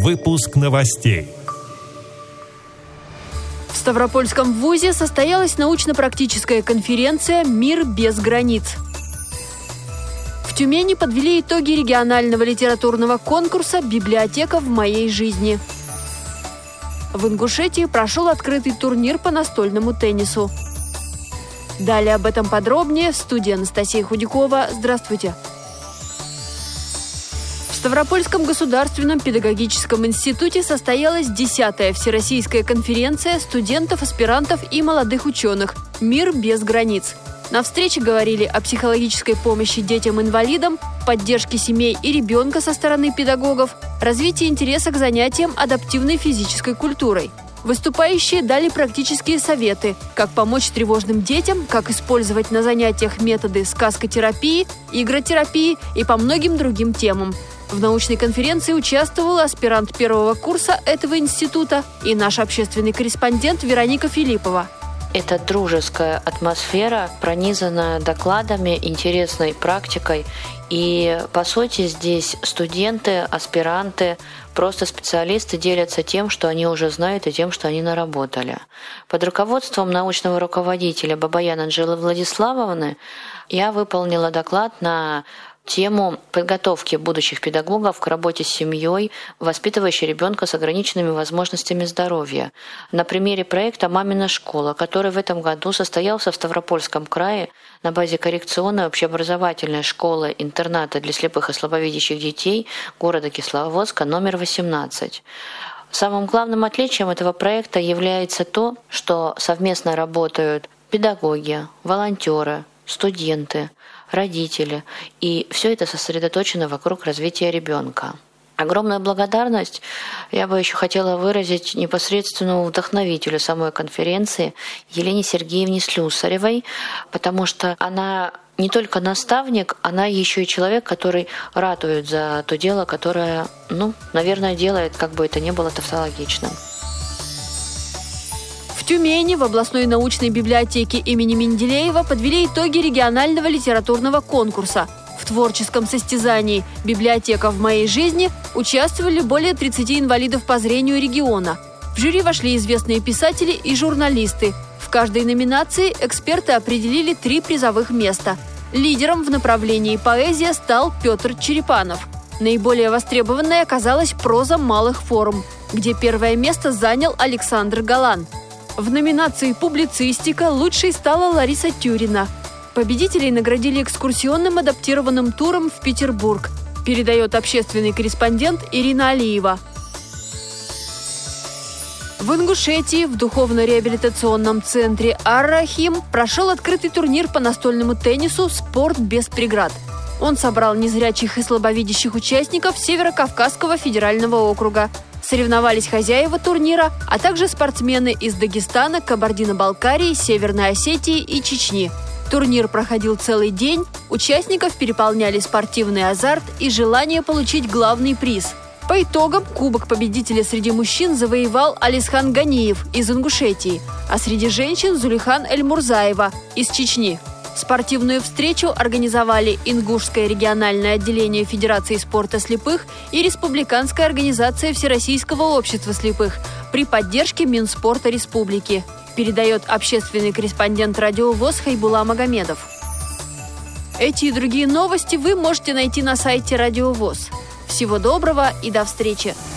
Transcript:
Выпуск новостей. В Ставропольском вузе состоялась научно-практическая конференция «Мир без границ». В Тюмени подвели итоги регионального литературного конкурса «Библиотека в моей жизни». В Ингушетии прошел открытый турнир по настольному теннису. Далее об этом подробнее в студии Анастасия Худякова. Здравствуйте. В Ставропольском государственном педагогическом институте состоялась 10-я всероссийская конференция студентов, аспирантов и молодых ученых «Мир без границ». На встрече говорили о психологической помощи детям-инвалидам, поддержке семей и ребенка со стороны педагогов, развитии интереса к занятиям адаптивной физической культурой. Выступающие дали практические советы, как помочь тревожным детям, как использовать на занятиях методы сказкотерапии, игротерапии и по многим другим темам. В научной конференции участвовал аспирант первого курса этого института и наш общественный корреспондент Вероника Филиппова. Это дружеская атмосфера, пронизанная докладами, интересной практикой. И, по сути, здесь студенты, аспиранты, просто специалисты делятся тем, что они уже знают, и тем, что они наработали. Под руководством научного руководителя Бабаян Анжелы Владиславовны я выполнила доклад на тему подготовки будущих педагогов к работе с семьей, воспитывающей ребенка с ограниченными возможностями здоровья. На примере проекта «Мамина школа», который в этом году состоялся в Ставропольском крае на базе коррекционной общеобразовательной школы-интерната для слепых и слабовидящих детей города Кисловодска номер 18. Самым главным отличием этого проекта является то, что совместно работают педагоги, волонтеры, студенты, родители, и все это сосредоточено вокруг развития ребенка. Огромную благодарность я бы еще хотела выразить непосредственному вдохновителю самой конференции Елене Сергеевне Слюсаревой, потому что она не только наставник, она еще и человек, который ратует за то дело, которое, наверное, делает, как бы это ни было тавтологичным. В Тюмени в областной научной библиотеке имени Менделеева подвели итоги регионального литературного конкурса. В творческом состязании «Библиотека в моей жизни» участвовали более 30 инвалидов по зрению региона. В жюри вошли известные писатели и журналисты. В каждой номинации эксперты определили 3 призовых места. Лидером в направлении поэзия стал Петр Черепанов. Наиболее востребованной оказалась проза малых форм, где первое место занял Александр Галан. В номинации «Публицистика» лучшей стала Лариса Тюрина. Победителей наградили экскурсионным адаптированным туром в Петербург, передает общественный корреспондент Ирина Алиева. В Ингушетии в духовно-реабилитационном центре «Ар-Рахим» прошел открытый турнир по настольному теннису «Спорт без преград». Он собрал незрячих и слабовидящих участников Северо-Кавказского федерального округа. Соревновались хозяева турнира, а также спортсмены из Дагестана, Кабардино-Балкарии, Северной Осетии и Чечни. Турнир проходил целый день, участников переполняли спортивный азарт и желание получить главный приз. По итогам кубок победителя среди мужчин завоевал Алисхан Ганиев из Ингушетии, а среди женщин Зулихан Эльмурзаева из Чечни. Спортивную встречу организовали Ингушское региональное отделение Федерации спорта слепых и Республиканская организация Всероссийского общества слепых при поддержке Минспорта Республики, передает общественный корреспондент Радио ВОС Хайбула Магомедов. Эти и другие новости вы можете найти на сайте Радио ВОС. Всего доброго и до встречи!